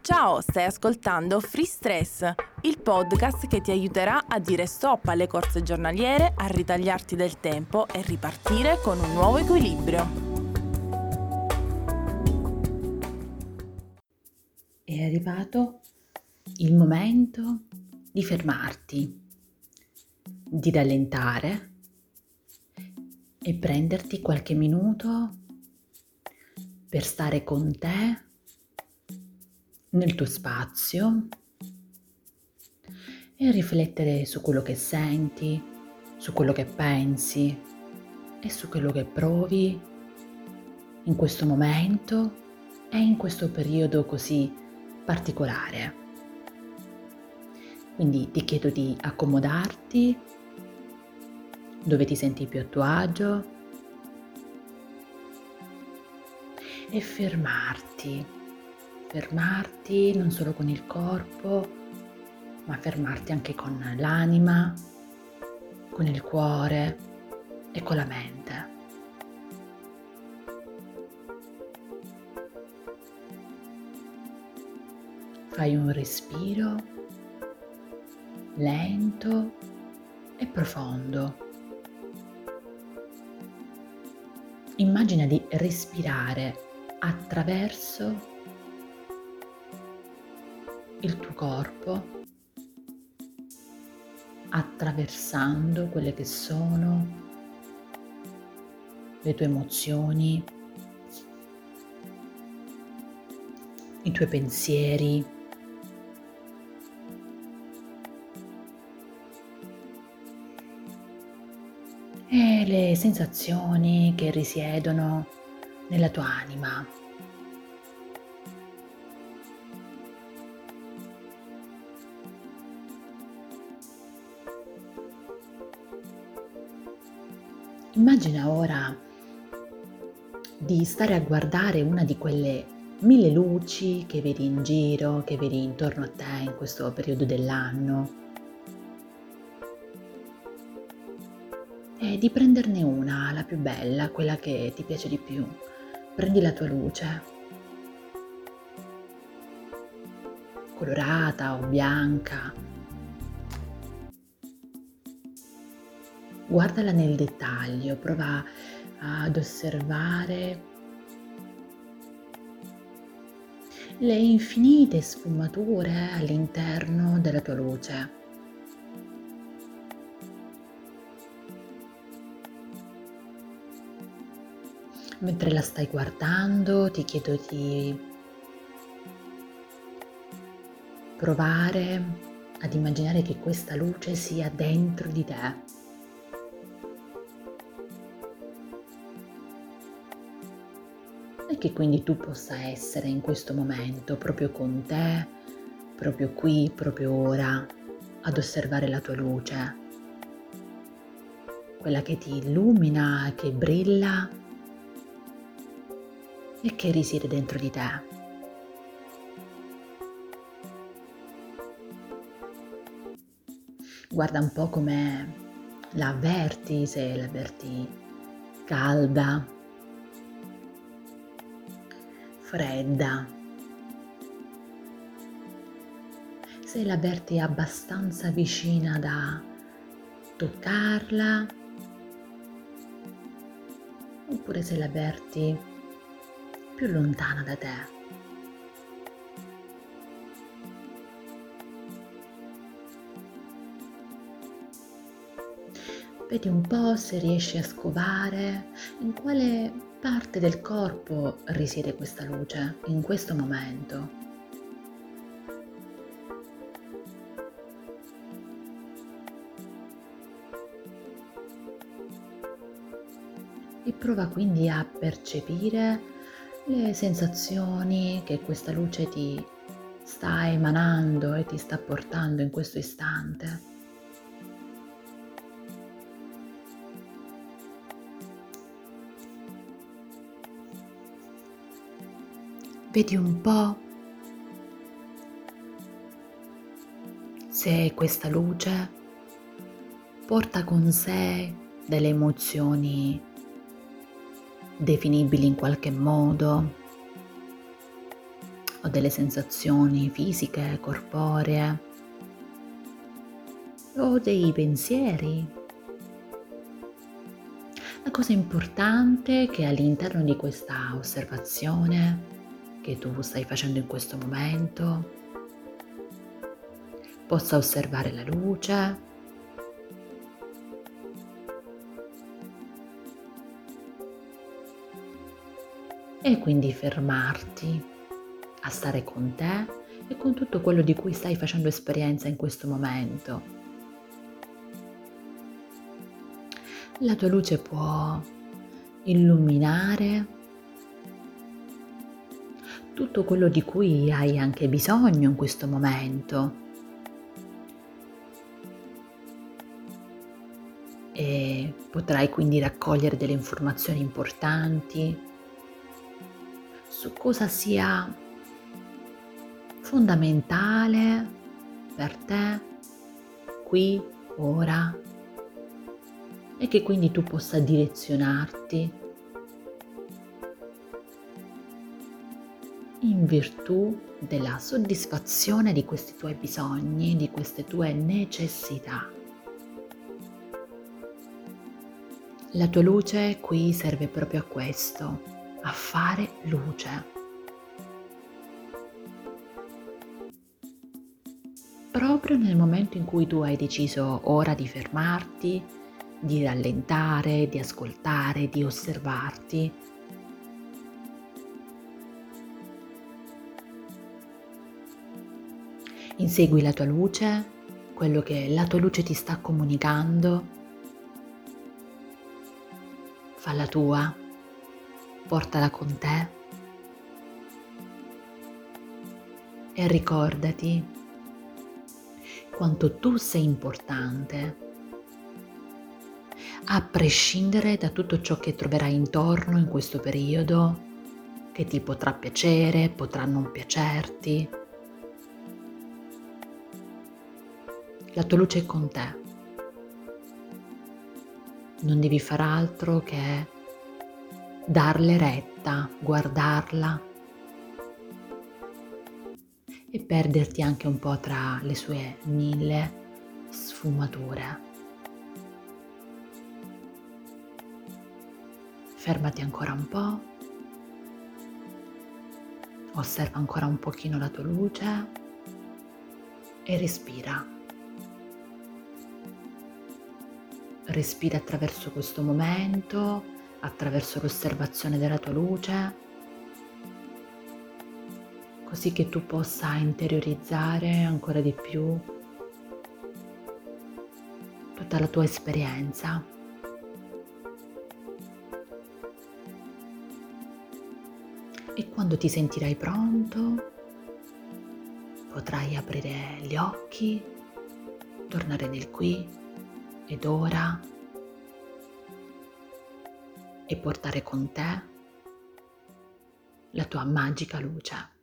Ciao, stai ascoltando Free Stress, il podcast che ti aiuterà a dire stop alle corse giornaliere, a ritagliarti del tempo e ripartire con un nuovo equilibrio. È arrivato il momento di fermarti, di rallentare e prenderti qualche minuto per stare con te nel tuo spazio e riflettere su quello che senti, su quello che pensi e su quello che provi in questo momento e in questo periodo così particolare. Quindi ti chiedo di accomodarti dove ti senti più a tuo agio e fermarti non solo con il corpo, ma fermarti anche con l'anima, con il cuore e con la mente. Fai un respiro lento e profondo. Immagina di respirare attraverso il tuo corpo, attraversando quelle che sono le tue emozioni, i tuoi pensieri, e le sensazioni che risiedono nella tua anima. Immagina ora di stare a guardare una di quelle 1000 luci che vedi in giro, che vedi intorno a te in questo periodo dell'anno, e di prenderne una, la più bella, quella che ti piace di più. Prendi la tua luce, colorata o bianca, guardala nel dettaglio, prova ad osservare le infinite sfumature all'interno della tua luce. Mentre la stai guardando, ti chiedo di provare ad immaginare che questa luce sia dentro di te. E che quindi tu possa essere in questo momento proprio con te, proprio qui, proprio ora, ad osservare la tua luce, quella che ti illumina, che brilla e che risiede dentro di te. Guarda un po' come la avverti, se l'avverti calda, fredda, se l'avverti abbastanza vicina da toccarla, oppure se l'avverti più lontana da te. Vedi un po' se riesci a scovare in quale parte del corpo risiede questa luce in questo momento. E prova quindi a percepire le sensazioni che questa luce ti sta emanando e ti sta portando in questo istante. Vedi un po' se questa luce porta con sé delle emozioni definibili in qualche modo, o delle sensazioni fisiche, corporee o dei pensieri. La cosa importante è che all'interno di questa osservazione che tu stai facendo in questo momento possa osservare la luce e quindi fermarti a stare con te e con tutto quello di cui stai facendo esperienza in questo momento. La tua luce può illuminare tutto quello di cui hai anche bisogno in questo momento e potrai quindi raccogliere delle informazioni importanti su cosa sia fondamentale per te qui, ora, e che quindi tu possa direzionarti in virtù della soddisfazione di questi tuoi bisogni, di queste tue necessità. La tua luce qui serve proprio a questo, a fare luce. Proprio nel momento in cui tu hai deciso ora di fermarti, di rallentare, di ascoltare, di osservarti, insegui la tua luce, quello che la tua luce ti sta comunicando, falla tua, portala con te e ricordati quanto tu sei importante, a prescindere da tutto ciò che troverai intorno in questo periodo, che ti potrà piacere, potrà non piacerti. La tua luce è con te. Non devi far altro che darle retta, guardarla e perderti anche un po' tra le sue 1000 sfumature. Fermati ancora un po', osserva ancora un pochino la tua luce e respira. Respira attraverso questo momento, attraverso l'osservazione della tua luce, così che tu possa interiorizzare ancora di più tutta la tua esperienza. E quando ti sentirai pronto, potrai aprire gli occhi, tornare nel qui ed ora e portare con te la tua magica luce.